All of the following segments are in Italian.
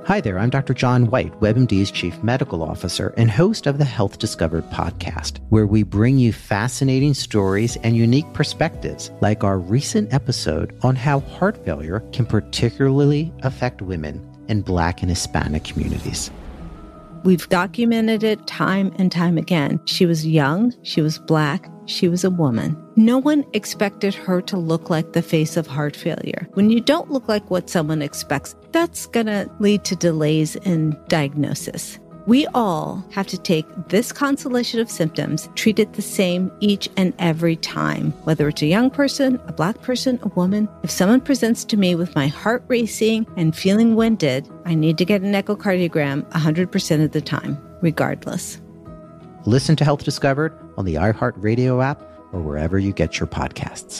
Hi there, I'm Dr. John White, WebMD's Chief Medical Officer and host of the Health Discovered podcast, where we bring you fascinating stories and unique perspectives, like our recent episode on how heart failure can particularly affect women in Black and Hispanic communities. We've documented it time and time again. She was young, she was Black, she was a woman. No one expected her to look like the face of heart failure. When you don't look like what someone expects, that's going to lead to delays in diagnosis. We all have to take this constellation of symptoms, treat it the same each and every time, whether it's a young person, a Black person, a woman. If someone presents to me with my heart racing and feeling winded, I need to get an echocardiogram 100% of the time, regardless. Listen to Health Discovered on the iHeartRadio app or wherever you get your podcasts.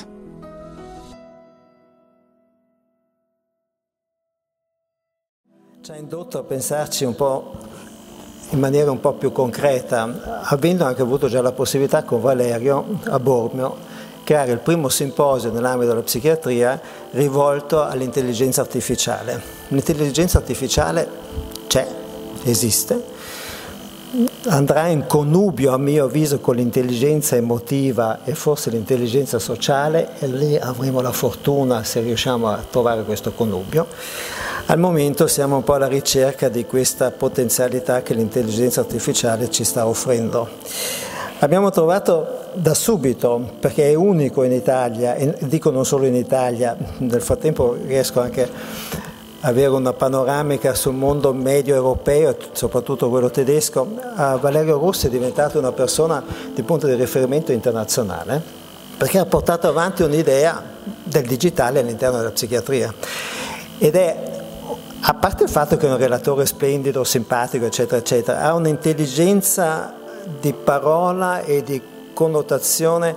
Ci ha indotto a pensarci un po' in maniera un po' più concreta, avendo anche avuto già la possibilità con Valerio a Bormio creare il primo simposio nell'ambito della psichiatria rivolto all'intelligenza artificiale. L'intelligenza artificiale c'è, esiste, andrà in connubio a mio avviso con l'intelligenza emotiva e forse l'intelligenza sociale, e lì avremo la fortuna se riusciamo a trovare questo connubio. Al momento siamo un po' alla ricerca di questa potenzialità che l'intelligenza artificiale ci sta offrendo. Abbiamo trovato da subito, perché è unico in Italia, e dico non solo in Italia, nel frattempo riesco anche a avere una panoramica sul mondo medio europeo, soprattutto quello tedesco. Valerio Rossi è diventato una persona di punto di riferimento internazionale, perché ha portato avanti un'idea del digitale all'interno della psichiatria. Ed è, a parte il fatto che è un relatore splendido, simpatico, eccetera, eccetera, ha un'intelligenza di parola e di connotazione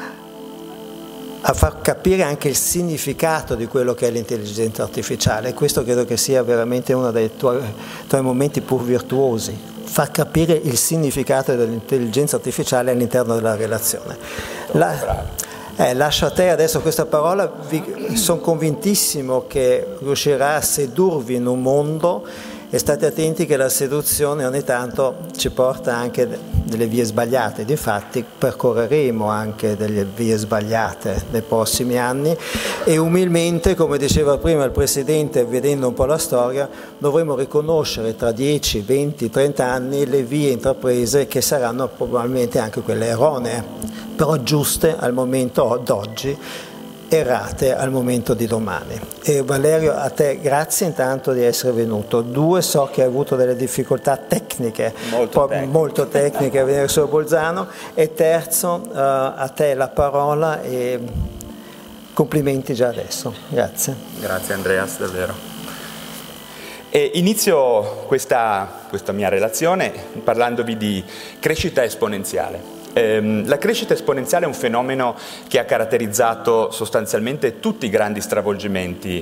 a far capire anche il significato di quello che è l'intelligenza artificiale. E questo credo che sia veramente uno dei tuoi momenti pur virtuosi, far capire il significato dell'intelligenza artificiale all'interno della relazione. Lascio a te adesso questa parola, sono convintissimo che riuscirà a sedurvi in un mondo, e state attenti che la seduzione ogni tanto ci porta anche delle vie sbagliate. Difatti percorreremo anche delle vie sbagliate nei prossimi anni e umilmente, come diceva prima il Presidente, vedendo un po' la storia, dovremo riconoscere tra 10, 20, 30 anni le vie intraprese che saranno probabilmente anche quelle erronee, però giuste al momento d'oggi, errate al momento di domani. E Valerio, a te grazie intanto di essere venuto. So che hai avuto delle difficoltà tecniche, molto tecniche a venire su Bolzano, e terzo, a te la parola e complimenti già adesso. Grazie. Grazie Andreas, davvero. E inizio questa mia relazione parlandovi di crescita esponenziale. La crescita esponenziale è un fenomeno che ha caratterizzato sostanzialmente tutti i grandi stravolgimenti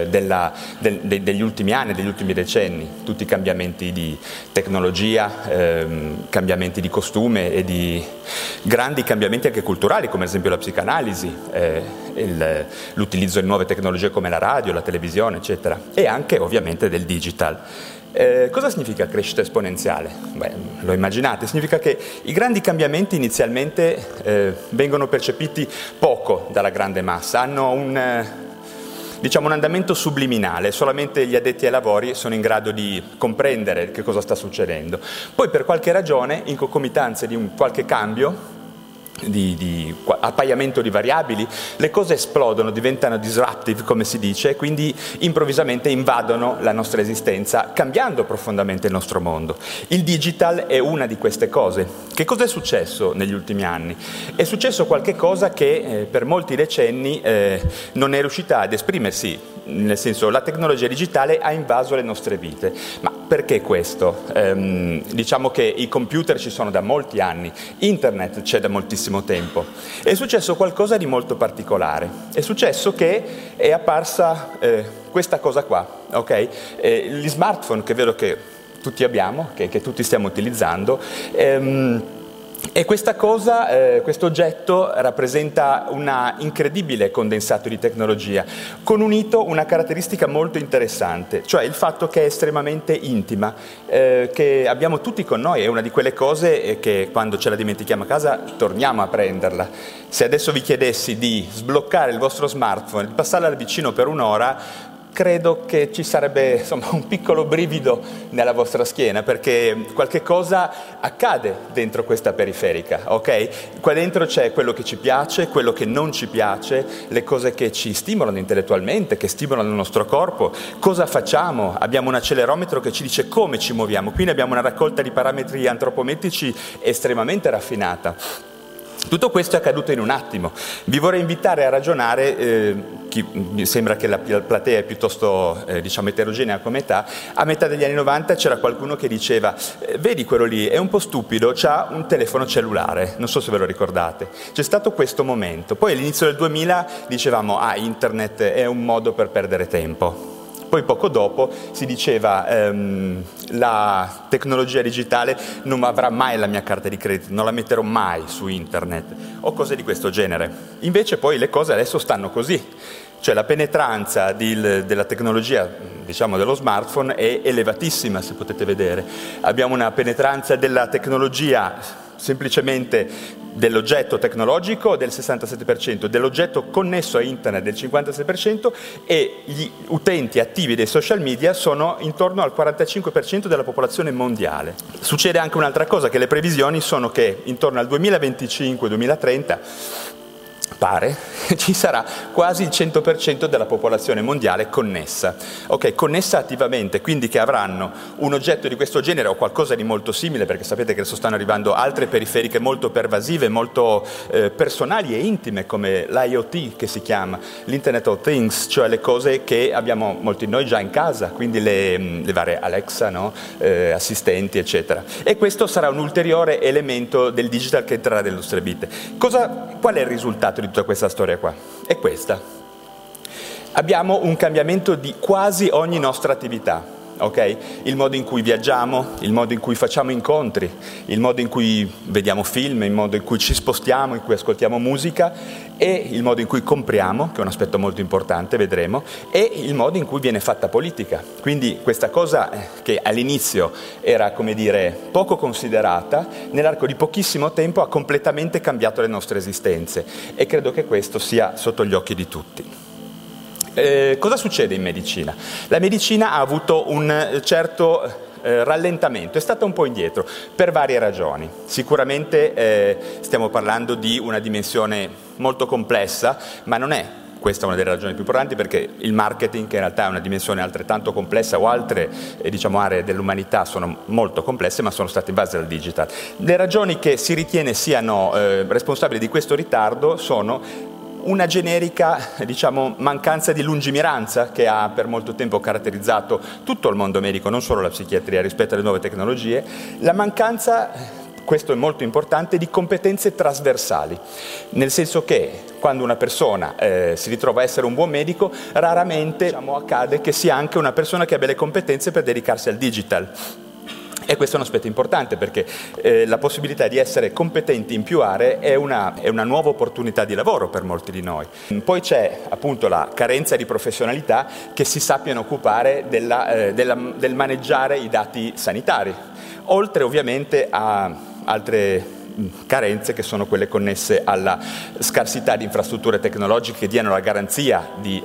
degli ultimi anni, degli ultimi decenni, tutti i cambiamenti di tecnologia, cambiamenti di costume e di grandi cambiamenti anche culturali, come ad esempio la psicanalisi, l'utilizzo di nuove tecnologie come la radio, la televisione, eccetera, e anche ovviamente del digital. Cosa significa crescita esponenziale? Beh, lo immaginate, significa che i grandi cambiamenti inizialmente vengono percepiti poco dalla grande massa, hanno un andamento subliminale, solamente gli addetti ai lavori sono in grado di comprendere che cosa sta succedendo. Poi per qualche ragione, in concomitanza di un qualche cambio, di appaiamento di variabili, le cose esplodono, diventano disruptive, come si dice, quindi improvvisamente invadono la nostra esistenza, cambiando profondamente il nostro mondo. Il digital è una di queste cose. Che cosa è successo negli ultimi anni? È successo qualche cosa che per molti decenni non è riuscita ad esprimersi, nel senso, la tecnologia digitale ha invaso le nostre vite. Ma perché questo? Diciamo che i computer ci sono da molti anni, internet c'è da moltissimo tempo. È successo qualcosa di molto particolare. È successo che è apparsa questa cosa qua, ok? Gli smartphone, che vedo che tutti abbiamo, che tutti stiamo utilizzando, E questa cosa, questo oggetto rappresenta un incredibile condensato di tecnologia, con unito una caratteristica molto interessante, cioè il fatto che è estremamente intima, che abbiamo tutti con noi, è una di quelle cose che quando ce la dimentichiamo a casa torniamo a prenderla. Se adesso vi chiedessi di sbloccare il vostro smartphone, di passarla al vicino per un'ora, credo che ci sarebbe un piccolo brivido nella vostra schiena, perché qualche cosa accade dentro questa periferica, ok? Qua dentro c'è quello che ci piace, quello che non ci piace, le cose che ci stimolano intellettualmente, che stimolano il nostro corpo, cosa facciamo? Abbiamo un accelerometro che ci dice come ci muoviamo, quindi abbiamo una raccolta di parametri antropometrici estremamente raffinata. Tutto questo è accaduto in un attimo. Vi vorrei invitare a ragionare, mi sembra che la platea è piuttosto eterogenea come età. A metà degli anni 90 c'era qualcuno che diceva vedi quello lì, è un po' stupido, c'ha un telefono cellulare, non so se ve lo ricordate. C'è stato questo momento, poi all'inizio del 2000 dicevamo internet è un modo per perdere tempo. Poi poco dopo si diceva la tecnologia digitale non avrà mai la mia carta di credito, non la metterò mai su internet o cose di questo genere. Invece poi le cose adesso stanno così, cioè la penetranza della tecnologia, dello smartphone è elevatissima, se potete vedere. Abbiamo una penetranza della tecnologia semplicemente dell'oggetto tecnologico del 67%, dell'oggetto connesso a internet del 56% e gli utenti attivi dei social media sono intorno al 45% della popolazione mondiale. Succede anche un'altra cosa, che le previsioni sono che intorno al 2025-2030 pare ci sarà quasi il 100% della popolazione mondiale connessa, connessa attivamente, quindi che avranno un oggetto di questo genere o qualcosa di molto simile, perché sapete che adesso stanno arrivando altre periferiche molto pervasive, molto personali e intime, come l'IoT, che si chiama, l'Internet of Things, cioè le cose che abbiamo molti di noi già in casa, quindi le varie Alexa, assistenti, eccetera. E questo sarà un ulteriore elemento del digital che entrerà nelle nostre vite. Qual è il risultato di tutta questa storia qua? È questa. Abbiamo un cambiamento di quasi ogni nostra attività, ok? Il modo in cui viaggiamo, il modo in cui facciamo incontri, il modo in cui vediamo film, il modo in cui ci spostiamo, in cui ascoltiamo musica e il modo in cui compriamo, che è un aspetto molto importante, vedremo, e il modo in cui viene fatta politica. Quindi questa cosa che all'inizio era, poco considerata, nell'arco di pochissimo tempo ha completamente cambiato le nostre esistenze e credo che questo sia sotto gli occhi di tutti. Cosa succede in medicina? La medicina ha avuto un certo rallentamento, è stata un po' indietro per varie ragioni. Sicuramente stiamo parlando di una dimensione molto complessa, ma non è questa una delle ragioni più importanti, perché il marketing, che in realtà è una dimensione altrettanto complessa, o altre aree dell'umanità sono molto complesse, ma sono state in base al digital. Le ragioni che si ritiene siano responsabili di questo ritardo sono una generica, mancanza di lungimiranza che ha per molto tempo caratterizzato tutto il mondo medico, non solo la psichiatria, rispetto alle nuove tecnologie, la mancanza, questo è molto importante, di competenze trasversali, nel senso che quando una persona si ritrova a essere un buon medico, raramente accade che sia anche una persona che abbia le competenze per dedicarsi al digital. E questo è un aspetto importante, perché la possibilità di essere competenti in più aree è una nuova opportunità di lavoro per molti di noi. Poi c'è appunto la carenza di professionalità che si sappiano occupare del maneggiare i dati sanitari, oltre ovviamente a altre carenze che sono quelle connesse alla scarsità di infrastrutture tecnologiche che diano la garanzia di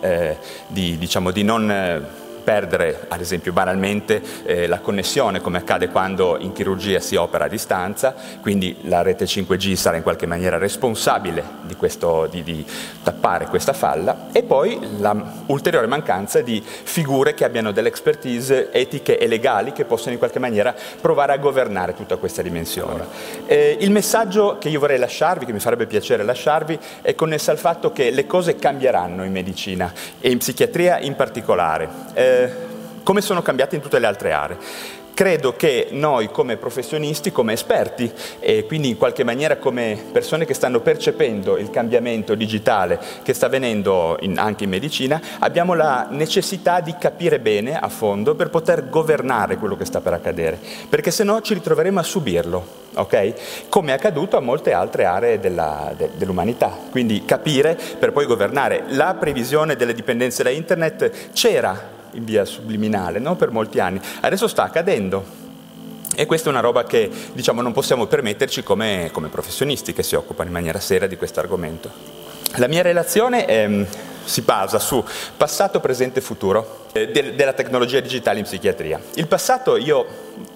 non perdere, ad esempio banalmente, la connessione, come accade quando in chirurgia si opera a distanza, quindi la rete 5G sarà in qualche maniera responsabile di tappare questa falla, e poi la ulteriore mancanza di figure che abbiano delle expertise etiche e legali che possano in qualche maniera provare a governare tutta questa dimensione. Il messaggio che io vorrei lasciarvi, che mi farebbe piacere lasciarvi, è connesso al fatto che le cose cambieranno in medicina e in psichiatria in particolare, come sono cambiate in tutte le altre aree. credo che noi come professionisti, come esperti e quindi in qualche maniera come persone che stanno percependo il cambiamento digitale che sta avvenendo anche in medicina, abbiamo la necessità di capire bene a fondo per poter governare quello che sta per accadere, perché se no ci ritroveremo a subirlo, ok? Come è accaduto a molte altre aree dell'umanità. Quindi capire per poi governare. La previsione delle dipendenze da internet c'era in via subliminale, no? Per molti anni. Adesso sta accadendo e questa è una roba che non possiamo permetterci come professionisti che si occupano in maniera seria di questo argomento. La mia relazione si basa su passato, presente e futuro della tecnologia digitale in psichiatria. Il passato io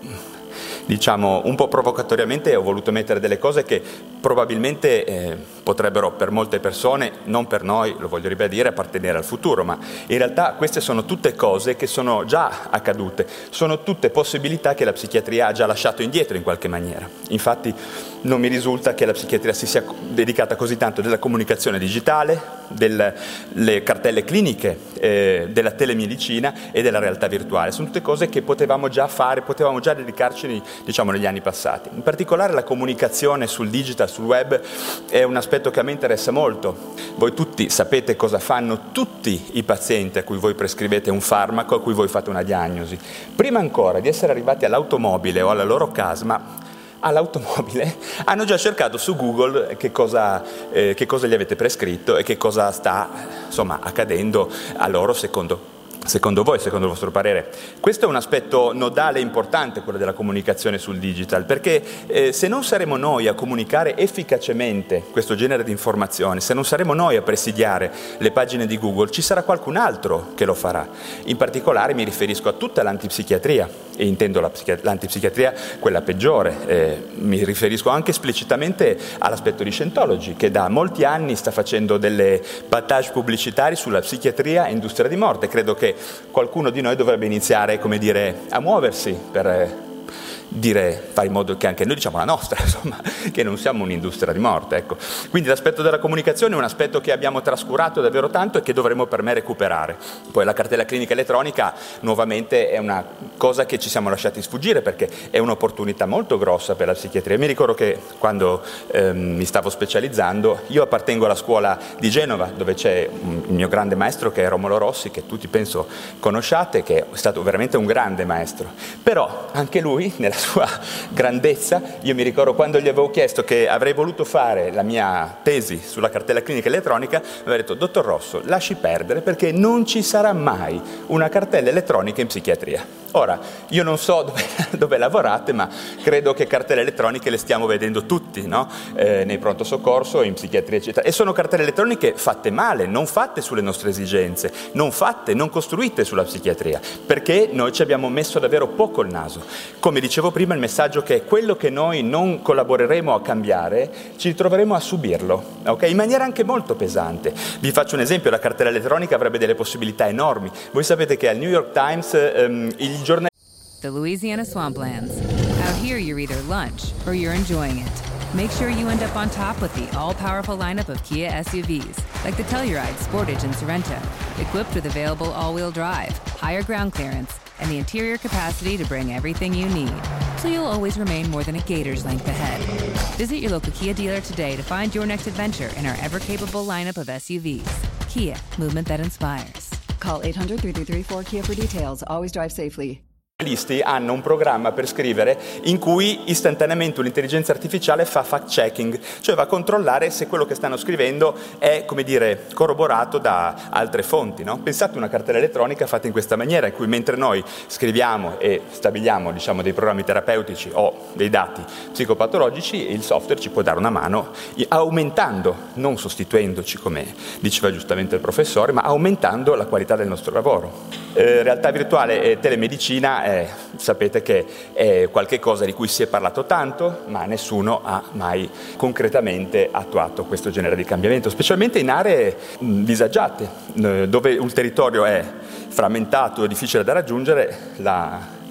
un po' provocatoriamente ho voluto mettere delle cose che probabilmente potrebbero per molte persone, non per noi, lo voglio ribadire, appartenere al futuro, ma in realtà queste sono tutte cose che sono già accadute, sono tutte possibilità che la psichiatria ha già lasciato indietro in qualche maniera. Infatti non mi risulta che la psichiatria si sia dedicata così tanto della comunicazione digitale, delle cartelle cliniche, della telemedicina e della realtà virtuale. Sono tutte cose che potevamo già fare, potevamo già dedicarci negli anni passati. In particolare la comunicazione sul digital, sul web, è un aspetto che a me interessa molto. Voi tutti sapete cosa fanno tutti i pazienti a cui voi prescrivete un farmaco, a cui voi fate una diagnosi. Prima ancora di essere arrivati all'automobile o alla loro casa, all'automobile hanno già cercato su Google che cosa gli avete prescritto e che cosa sta accadendo a loro secondo voi, secondo il vostro parere. Questo è un aspetto nodale importante, quello della comunicazione sul digital, perché se non saremo noi a comunicare efficacemente questo genere di informazioni, se non saremo noi a presidiare le pagine di Google, ci sarà qualcun altro che lo farà. In particolare mi riferisco a tutta l'antipsichiatria, e intendo l'antipsichiatria quella peggiore. Mi riferisco anche esplicitamente all'aspetto di Scientology, che da molti anni sta facendo delle battage pubblicitari sulla psichiatria e industria di morte. Credo che qualcuno di noi dovrebbe iniziare, a muoversi per fare in modo che anche noi diciamo la nostra, che non siamo un'industria di morte, ecco. Quindi l'aspetto della comunicazione è un aspetto che abbiamo trascurato davvero tanto e che dovremmo per me recuperare. Poi la cartella clinica elettronica nuovamente è una cosa che ci siamo lasciati sfuggire, perché è un'opportunità molto grossa per la psichiatria. Mi ricordo che quando mi stavo specializzando, io appartengo alla scuola di Genova, dove c'è il mio grande maestro che è Romolo Rossi, che tutti penso conosciate, che è stato veramente un grande maestro. Però anche lui, nella sua grandezza, io mi ricordo quando gli avevo chiesto che avrei voluto fare la mia tesi sulla cartella clinica elettronica, mi aveva detto: dottor Rosso, lasci perdere, perché non ci sarà mai una cartella elettronica in psichiatria. Ora, io non so dove lavorate, ma credo che cartelle elettroniche le stiamo vedendo tutti, no? Nei pronto soccorso, in psichiatria, eccetera. E sono cartelle elettroniche fatte male, non fatte sulle nostre esigenze, non costruite sulla psichiatria, perché noi ci abbiamo messo davvero poco il naso. Come dicevo prima, il messaggio che quello che noi non collaboreremo a cambiare, ci ritroveremo a subirlo, ok? In maniera anche molto pesante. Vi faccio un esempio: la cartella elettronica avrebbe delle possibilità enormi. Voi sapete che al New York Times il giornale... The Louisiana Swamplands. Out here you're either lunch or you're enjoying it. Make sure you end up on top with the all-powerful lineup of Kia SUVs, like the Telluride, Sportage, and Sorento, equipped with available all-wheel drive, higher ground clearance, and the interior capacity to bring everything you need, so you'll always remain more than a gator's length ahead. Visit your local Kia dealer today to find your next adventure in our ever-capable lineup of SUVs. Kia, movement that inspires. Call 800-3334-KIA for details. Always drive safely. I giornalisti hanno un programma per scrivere in cui istantaneamente un'intelligenza artificiale fa fact-checking, cioè va a controllare se quello che stanno scrivendo è, corroborato da altre fonti, no? Pensate a una cartella elettronica fatta in questa maniera, in cui mentre noi scriviamo e stabiliamo, dei programmi terapeutici o dei dati psicopatologici, il software ci può dare una mano aumentando, non sostituendoci, come diceva giustamente il professore, ma aumentando la qualità del nostro lavoro. Realtà virtuale e telemedicina, sapete che è qualcosa di cui si è parlato tanto, ma nessuno ha mai concretamente attuato questo genere di cambiamento, specialmente in aree disagiate, dove un territorio è frammentato e difficile da raggiungere. La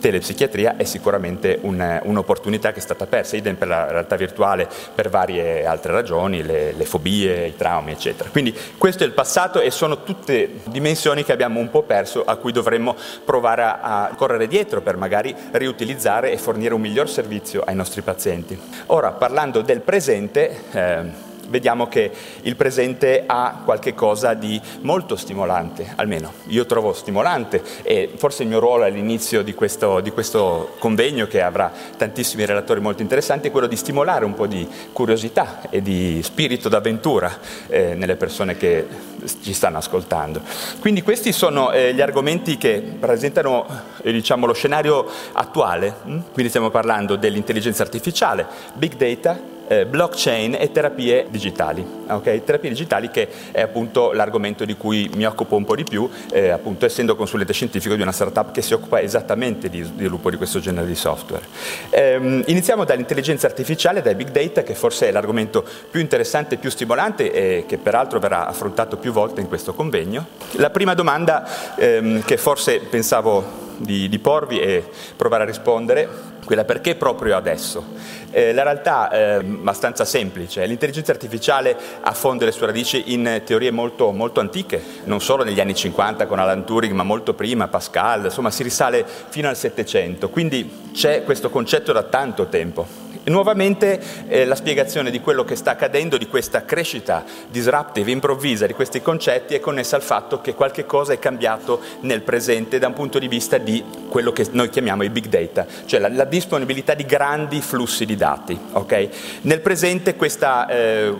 telepsichiatria è sicuramente un'opportunità che è stata persa, idem per la realtà virtuale per varie altre ragioni, le fobie, i traumi, eccetera. Quindi questo è il passato e sono tutte dimensioni che abbiamo un po' perso, a cui dovremmo provare a correre dietro per magari riutilizzare e fornire un miglior servizio ai nostri pazienti. Ora, parlando del presente, vediamo che il presente ha qualche cosa di molto stimolante, almeno io trovo stimolante, e forse il mio ruolo all'inizio di questo convegno, che avrà tantissimi relatori molto interessanti, è quello di stimolare un po' di curiosità e di spirito d'avventura nelle persone che ci stanno ascoltando. Quindi questi sono gli argomenti che presentano lo scenario attuale. Quindi stiamo parlando dell'intelligenza artificiale, big data, blockchain e terapie digitali. Okay? Terapie digitali, che è appunto l'argomento di cui mi occupo un po' di più, appunto essendo consulente scientifico di una startup che si occupa esattamente di sviluppo di questo genere di software. Iniziamo dall'intelligenza artificiale, dai big data, che forse è l'argomento più interessante e più stimolante, e che peraltro verrà affrontato più volte in questo convegno. La prima domanda che forse pensavo di porvi e provare a rispondere, quella: perché proprio adesso? La realtà è abbastanza semplice. L'intelligenza artificiale affonda le sue radici in teorie molto, molto antiche, non solo negli anni 50 con Alan Turing, ma molto prima, Pascal, insomma si risale fino al Settecento, quindi c'è questo concetto da tanto tempo. E nuovamente la spiegazione di quello che sta accadendo, di questa crescita disruptive, improvvisa di questi concetti, è connessa al fatto che qualche cosa è cambiato nel presente da un punto di vista di quello che noi chiamiamo i big data, cioè la disponibilità di grandi flussi di dati. Okay? Nel presente questo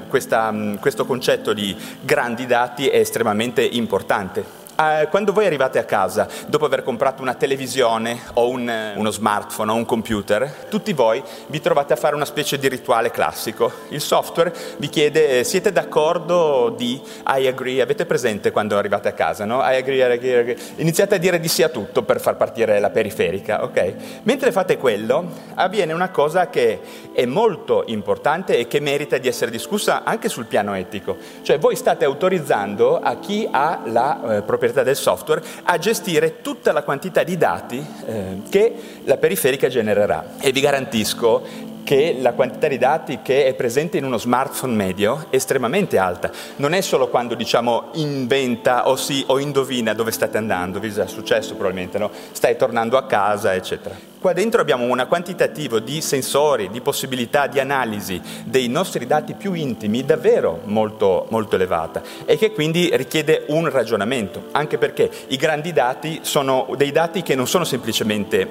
concetto di grandi dati è estremamente importante. Quando voi arrivate a casa dopo aver comprato una televisione o uno smartphone o un computer, tutti voi vi trovate a fare una specie di rituale classico. Il software vi chiede: siete d'accordo di I agree? Avete presente quando arrivate a casa, no? I agree. Iniziate a dire di sì a tutto per far partire la periferica, ok? Mentre fate quello, avviene una cosa che è molto importante e che merita di essere discussa anche sul piano etico. Cioè voi state autorizzando a chi ha la proprietà del software a gestire tutta la quantità di dati che la periferica genererà, e vi garantisco che la quantità di dati che è presente in uno smartphone medio è estremamente alta. Non è solo quando, inventa o indovina dove state andando, vi è successo probabilmente, no? Stai tornando a casa, eccetera. Qua dentro abbiamo un quantitativo di sensori, di possibilità di analisi dei nostri dati più intimi davvero molto, molto elevata, e che quindi richiede un ragionamento, anche perché i grandi dati sono dei dati che non sono semplicemente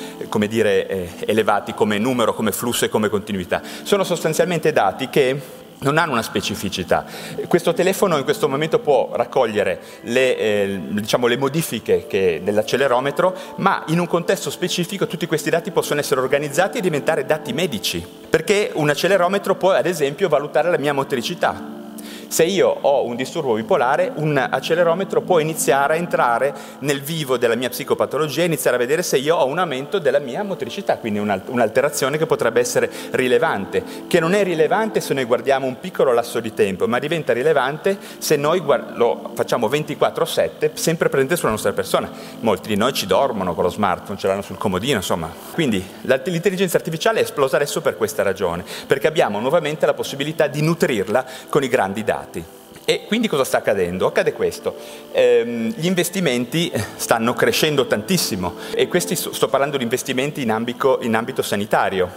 elevati come numero, come flusso e come continuità, sono sostanzialmente dati che non hanno una specificità. Questo telefono in questo momento può raccogliere le modifiche dell'accelerometro, ma in un contesto specifico tutti questi dati possono essere organizzati e diventare dati medici, perché un accelerometro può ad esempio valutare la mia motricità. Se io ho un disturbo bipolare, un accelerometro può iniziare a entrare nel vivo della mia psicopatologia e iniziare a vedere se io ho un aumento della mia motricità, quindi un'alterazione che potrebbe essere rilevante, che non è rilevante se noi guardiamo un piccolo lasso di tempo, ma diventa rilevante se noi lo facciamo 24/7, sempre presente sulla nostra persona. Molti di noi ci dormono con lo smartphone, ce l'hanno sul comodino, insomma. Quindi l'intelligenza artificiale è esplosa adesso per questa ragione, perché abbiamo nuovamente la possibilità di nutrirla con i grandi dati. E quindi cosa sta accadendo? Accade questo: gli investimenti stanno crescendo tantissimo, e questi sto parlando di investimenti in ambito sanitario,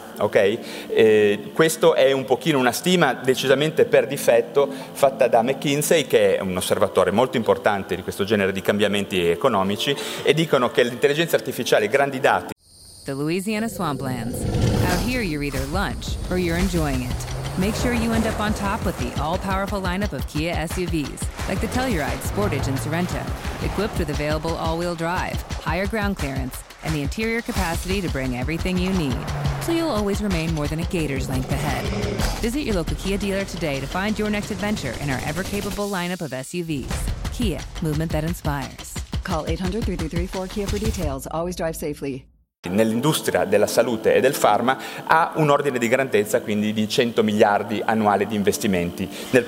ok? Questo è un pochino una stima decisamente per difetto fatta da McKinsey, che è un osservatore molto importante di questo genere di cambiamenti economici, e dicono che l'intelligenza artificiale, i grandi dati. The Louisiana Swamplands. Out here you're either lunch or you're enjoying it. Make sure you end up on top with the all-powerful lineup of Kia SUVs, like the Telluride, Sportage, and Sorento, equipped with available all-wheel drive, higher ground clearance, and the interior capacity to bring everything you need, so you'll always remain more than a gator's length ahead. Visit your local Kia dealer today to find your next adventure in our ever-capable lineup of SUVs. Kia, movement that inspires. Call 800-333-4KIA for details. Always drive safely. nell'industria della salute e del farma ha un ordine di grandezza quindi di 100 miliardi annuali di investimenti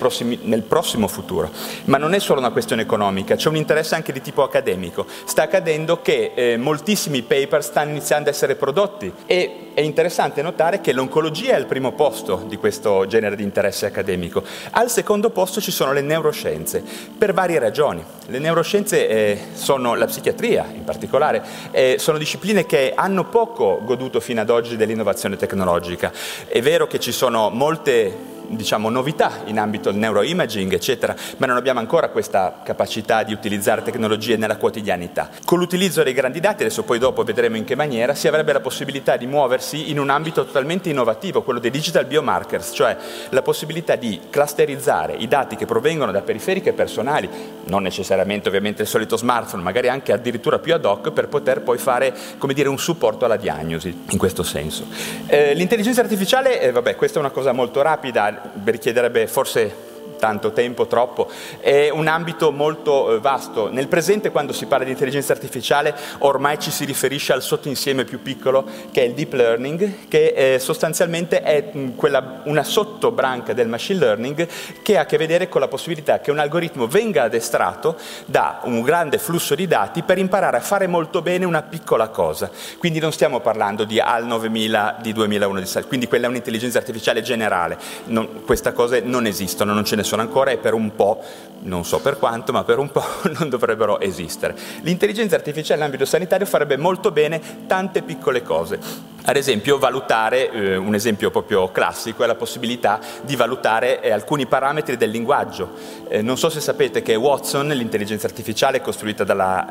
nel prossimo futuro. Ma non è solo una questione economica, c'è un interesse anche di tipo accademico. Sta accadendo che moltissimi paper stanno iniziando a essere prodotti e è interessante notare che l'oncologia è al primo posto di questo genere di interesse accademico. Al secondo posto ci sono le neuroscienze, per varie ragioni. Le neuroscienze sono la psichiatria in particolare, sono discipline che hanno poco goduto fino ad oggi dell'innovazione tecnologica. È vero che ci sono molte novità in ambito del neuroimaging, eccetera, ma non abbiamo ancora questa capacità di utilizzare tecnologie nella quotidianità. Con l'utilizzo dei grandi dati, adesso poi dopo vedremo in che maniera, si avrebbe la possibilità di muoversi in un ambito totalmente innovativo, quello dei digital biomarkers, cioè la possibilità di clusterizzare i dati che provengono da periferiche personali, non necessariamente ovviamente il solito smartphone, magari anche addirittura più ad hoc, per poter poi fare, un supporto alla diagnosi, in questo senso. L'intelligenza artificiale, questa è una cosa molto rapida, richiederebbe forse tanto tempo, troppo, è un ambito molto vasto. Nel presente, quando si parla di intelligenza artificiale, ormai ci si riferisce al sottoinsieme più piccolo, che è il deep learning, che sostanzialmente è una sottobranca del machine learning che ha a che vedere con la possibilità che un algoritmo venga addestrato da un grande flusso di dati per imparare a fare molto bene una piccola cosa. Quindi non stiamo parlando di HAL 9000 di 2001, quindi quella è un'intelligenza artificiale generale. Queste cose non esistono, non ce ne sono ancora e per un po', non so per quanto, ma per un po' non dovrebbero esistere. L'intelligenza artificiale nell'ambito sanitario farebbe molto bene tante piccole cose. Ad esempio, valutare, un esempio proprio classico, è la possibilità di valutare alcuni parametri del linguaggio. Non so se sapete che Watson, l'intelligenza artificiale costruita dalla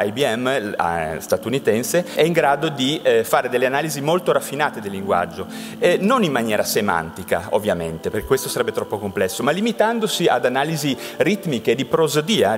IBM statunitense, è in grado di fare delle analisi molto raffinate del linguaggio, non in maniera semantica, ovviamente, perché questo sarebbe troppo complesso, ma limitandosi ad analisi ritmiche di prosodia,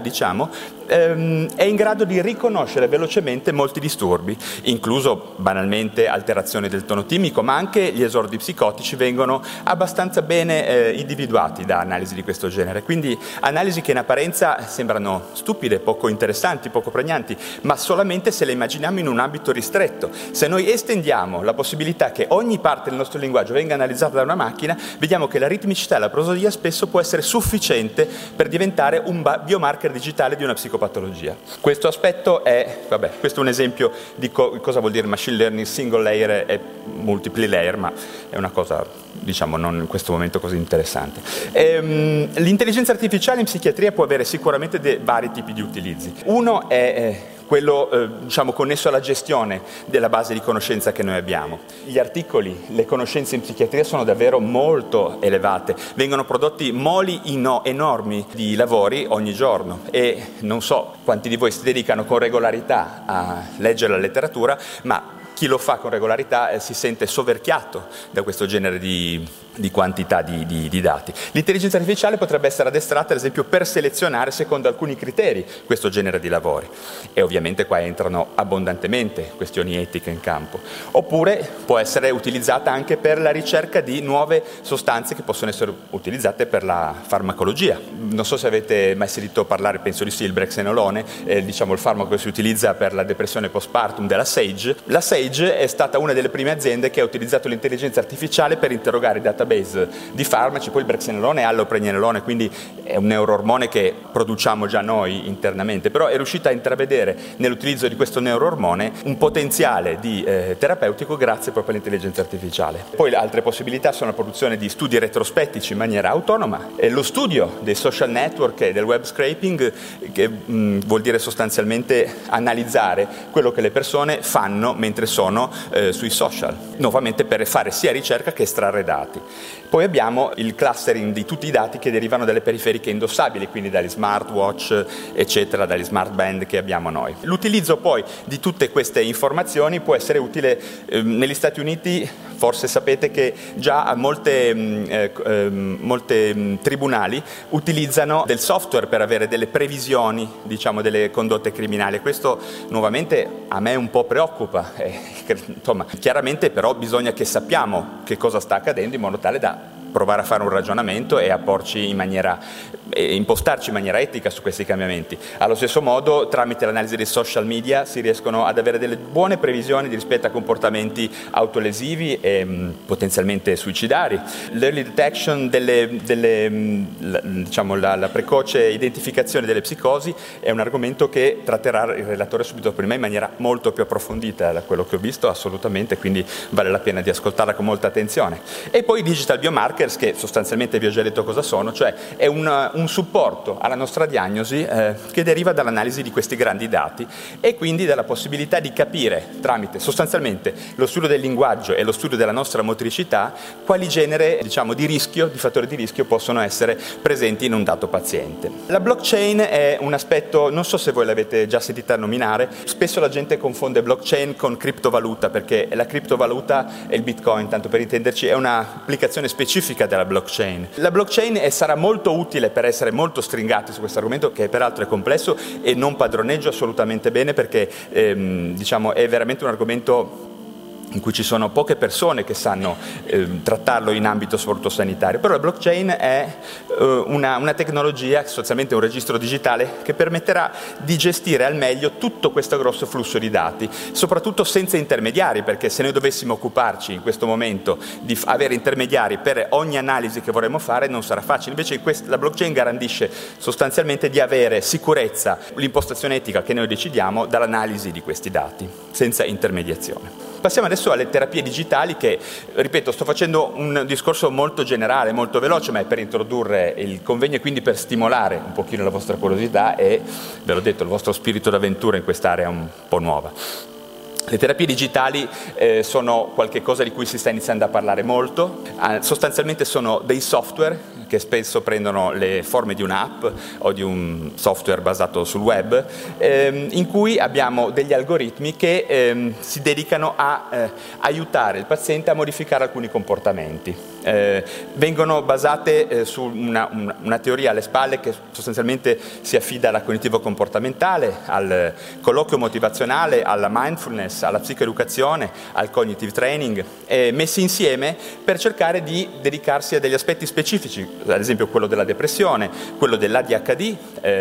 è in grado di riconoscere velocemente molti disturbi, incluso banalmente alterazioni del tono timico, ma anche gli esordi psicotici vengono abbastanza bene individuati da analisi di questo genere. Quindi analisi che in apparenza sembrano stupide, poco interessanti, poco pregnanti, ma solamente se le immaginiamo in un ambito ristretto. Se noi estendiamo la possibilità che ogni parte del nostro linguaggio venga analizzata da una macchina, vediamo che la ritmicità e la prosodia spesso può essere sufficiente per diventare un biomarker digitale di una psicopatologia. Questo aspetto è, questo è un esempio di cosa vuol dire machine learning single layer e multiply layer, ma è una cosa, non in questo momento così interessante. L'intelligenza artificiale in psichiatria può avere sicuramente vari tipi di utilizzi. Uno è quello connesso alla gestione della base di conoscenza che noi abbiamo. Gli articoli, le conoscenze in psichiatria sono davvero molto elevate, vengono prodotti moli enormi di lavori ogni giorno e non so quanti di voi si dedicano con regolarità a leggere la letteratura, ma chi lo fa con regolarità si sente soverchiato da questo genere di quantità di dati. L'intelligenza artificiale potrebbe essere addestrata, ad esempio, per selezionare secondo alcuni criteri questo genere di lavori. E ovviamente qua entrano abbondantemente questioni etiche in campo. Oppure può essere utilizzata anche per la ricerca di nuove sostanze che possono essere utilizzate per la farmacologia. Non so se avete mai sentito parlare, penso di silbrexenolone, il farmaco che si utilizza per la depressione postpartum della Sage. La Sage è stata una delle prime aziende che ha utilizzato l'intelligenza artificiale per interrogare i database di farmaci. Poi il brexanolone è allopregnanolone, quindi è un neuroormone che produciamo già noi internamente, però è riuscita a intravedere nell'utilizzo di questo neuroormone un potenziale terapeutico grazie proprio all'intelligenza artificiale. Poi altre possibilità sono la produzione di studi retrospettici in maniera autonoma, e lo studio dei social network e del web scraping, che vuol dire sostanzialmente analizzare quello che le persone fanno mentre sono sui social, nuovamente per fare sia ricerca che estrarre dati. Poi abbiamo il clustering di tutti i dati che derivano dalle periferiche indossabili, quindi dagli smartwatch, eccetera, dagli smart band che abbiamo noi. L'utilizzo poi di tutte queste informazioni può essere utile negli Stati Uniti. Forse sapete che già molte tribunali utilizzano del software per avere delle previsioni, delle condotte criminali. Questo nuovamente a me un po' preoccupa. Chiaramente però bisogna che sappiamo che cosa sta accadendo in modo tale da provare a fare un ragionamento e a impostarci in maniera etica su questi cambiamenti. Allo stesso modo, tramite l'analisi dei social media si riescono ad avere delle buone previsioni rispetto a comportamenti autolesivi e potenzialmente suicidari. L'early detection la precoce identificazione delle psicosi è un argomento che tratterà il relatore subito prima in maniera molto più approfondita da quello che ho visto, assolutamente, quindi vale la pena di ascoltarla con molta attenzione. E poi i digital biomarkers, che sostanzialmente vi ho già detto cosa sono, cioè è un supporto alla nostra diagnosi che deriva dall'analisi di questi grandi dati e quindi dalla possibilità di capire tramite sostanzialmente lo studio del linguaggio e lo studio della nostra motricità quali genere di rischio, di fattori di rischio possono essere presenti in un dato paziente. La blockchain è un aspetto, non so se voi l'avete già sentita nominare, spesso la gente confonde blockchain con criptovaluta, perché la criptovaluta e il bitcoin, tanto per intenderci, è un'applicazione specifica della blockchain. La blockchain sarà molto utile per essere molto stringati su questo argomento, che peraltro è complesso e non padroneggio assolutamente bene, perché è veramente un argomento in cui ci sono poche persone che sanno trattarlo in ambito soprattutto sanitario. Però la blockchain è una tecnologia, sostanzialmente un registro digitale, che permetterà di gestire al meglio tutto questo grosso flusso di dati, soprattutto senza intermediari, perché se noi dovessimo occuparci in questo momento di avere intermediari per ogni analisi che vorremmo fare non sarà facile. Invece la blockchain garantisce sostanzialmente di avere sicurezza, l'impostazione etica che noi decidiamo dall'analisi di questi dati, senza intermediazione. Passiamo adesso alle terapie digitali che, ripeto, sto facendo un discorso molto generale, molto veloce, ma è per introdurre il convegno e quindi per stimolare un pochino la vostra curiosità e, ve l'ho detto, il vostro spirito d'avventura in quest'area un po' nuova. Le terapie digitali sono qualcosa di cui si sta iniziando a parlare molto, sostanzialmente sono dei software che spesso prendono le forme di un'app o di un software basato sul web, in cui abbiamo degli algoritmi che si dedicano a aiutare il paziente a modificare alcuni comportamenti. Vengono basate su una teoria alle spalle che sostanzialmente si affida alla cognitivo-comportamentale, al colloquio motivazionale, alla mindfulness, alla psicoeducazione, al cognitive training, messi insieme per cercare di dedicarsi a degli aspetti specifici, ad esempio quello della depressione, quello dell'ADHD,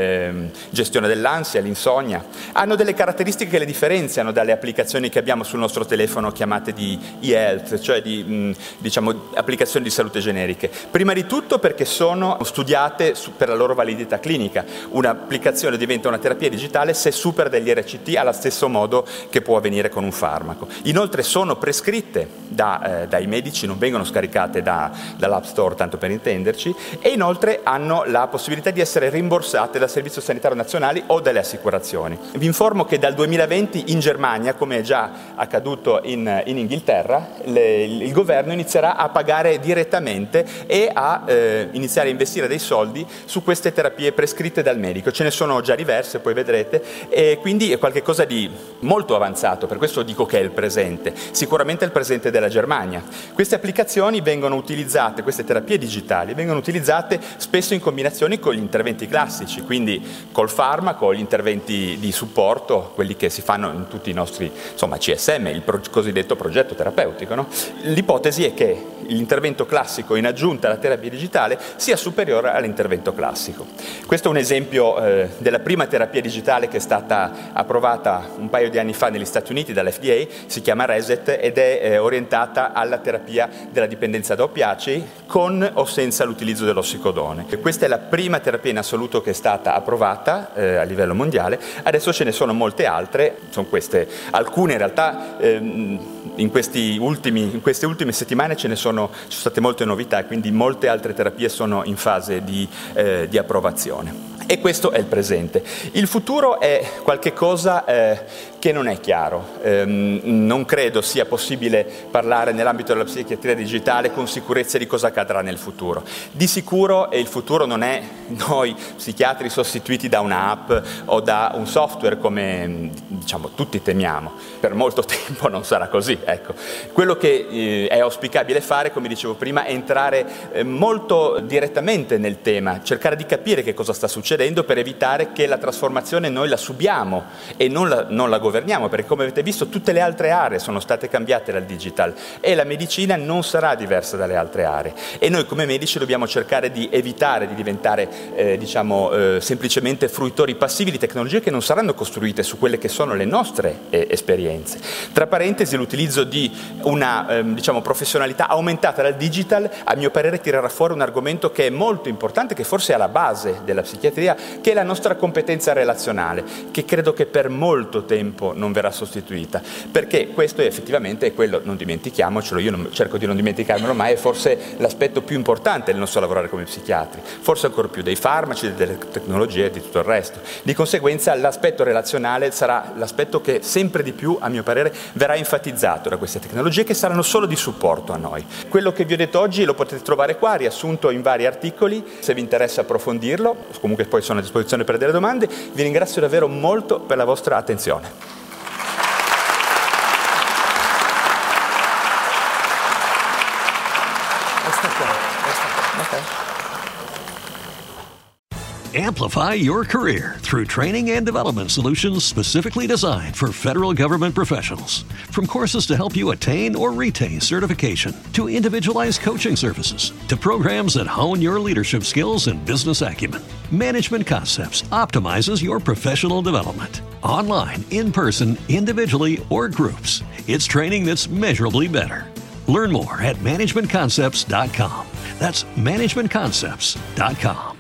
gestione dell'ansia, l'insonnia. Hanno delle caratteristiche che le differenziano dalle applicazioni che abbiamo sul nostro telefono chiamate di e-health, cioè di applicazioni di salute generiche. Prima di tutto perché sono studiate per la loro validità clinica. Un'applicazione diventa una terapia digitale se supera degli RCT allo stesso modo che può avvenire con un farmaco. Inoltre sono prescritte dai medici, non vengono scaricate dall'App Store, tanto per intenderci, e inoltre hanno la possibilità di essere rimborsate dal Servizio Sanitario Nazionale o dalle assicurazioni. Vi informo che dal 2020 in Germania, come è già accaduto in Inghilterra, il governo inizierà a pagare direttamente e a iniziare a investire dei soldi su queste terapie prescritte dal medico. Ce ne sono già diverse, poi vedrete, e quindi è qualcosa di molto avanzato, per questo dico che è il presente, sicuramente è il presente della Germania. Queste applicazioni vengono utilizzate, queste terapie digitali vengono utilizzate spesso in combinazione con gli interventi classici, quindi col farmaco, gli interventi di supporto, quelli che si fanno in tutti i nostri, CSM, il cosiddetto progetto terapeutico, no? L'ipotesi è che l'intervento classico in aggiunta alla terapia digitale sia superiore all'intervento classico. Questo è un esempio della prima terapia digitale che è stata approvata un paio di anni fa negli Stati Uniti dall'FDA, si chiama Reset ed è orientata alla terapia della dipendenza da oppiacei con o senza l'utilizzo dell'ossicodone. Questa è la prima terapia in assoluto che è stata approvata a livello mondiale, adesso ce ne sono molte altre, sono queste, alcune in realtà in queste ultime settimane ci sono state molte novità e quindi molte altre terapie sono in fase di approvazione. E questo è il presente. Il futuro è qualche cosa che non è chiaro. Non credo sia possibile parlare nell'ambito della psichiatria digitale con sicurezza di cosa accadrà nel futuro. Di sicuro il futuro non è noi psichiatri sostituiti da un'app o da un software come tutti temiamo. Per molto tempo non sarà così. Ecco. Quello che è auspicabile fare, come dicevo prima, è entrare molto direttamente nel tema, cercare di capire che cosa sta succedendo, succedendo per evitare che la trasformazione noi la subiamo e non la governiamo, perché come avete visto tutte le altre aree sono state cambiate dal digital e la medicina non sarà diversa dalle altre aree, e noi come medici dobbiamo cercare di evitare di diventare semplicemente fruitori passivi di tecnologie che non saranno costruite su quelle che sono le nostre esperienze. Tra parentesi, l'utilizzo di una professionalità aumentata dal digital, a mio parere, tirerà fuori un argomento che è molto importante, che forse è alla base della psichiatria, che è la nostra competenza relazionale, che credo che per molto tempo non verrà sostituita, perché questo effettivamente è quello, non dimentichiamocelo, io cerco di non dimenticarmelo mai, è forse l'aspetto più importante del nostro lavorare come psichiatri, forse ancora più dei farmaci, delle tecnologie e di tutto il resto. Di conseguenza l'aspetto relazionale sarà l'aspetto che sempre di più, a mio parere, verrà enfatizzato da queste tecnologie, che saranno solo di supporto a noi. Quello che vi ho detto oggi lo potete trovare qua, riassunto in vari articoli, se vi interessa approfondirlo, comunque poi sono a disposizione per delle domande. Vi ringrazio davvero molto per la vostra attenzione. Amplify your career through training and development solutions specifically designed for federal government professionals. From courses to help you attain or retain certification, to individualized coaching services, to programs that hone your leadership skills and business acumen, Management Concepts optimizes your professional development. Online, in person, individually, or groups, it's training that's measurably better. Learn more at managementconcepts.com. That's managementconcepts.com.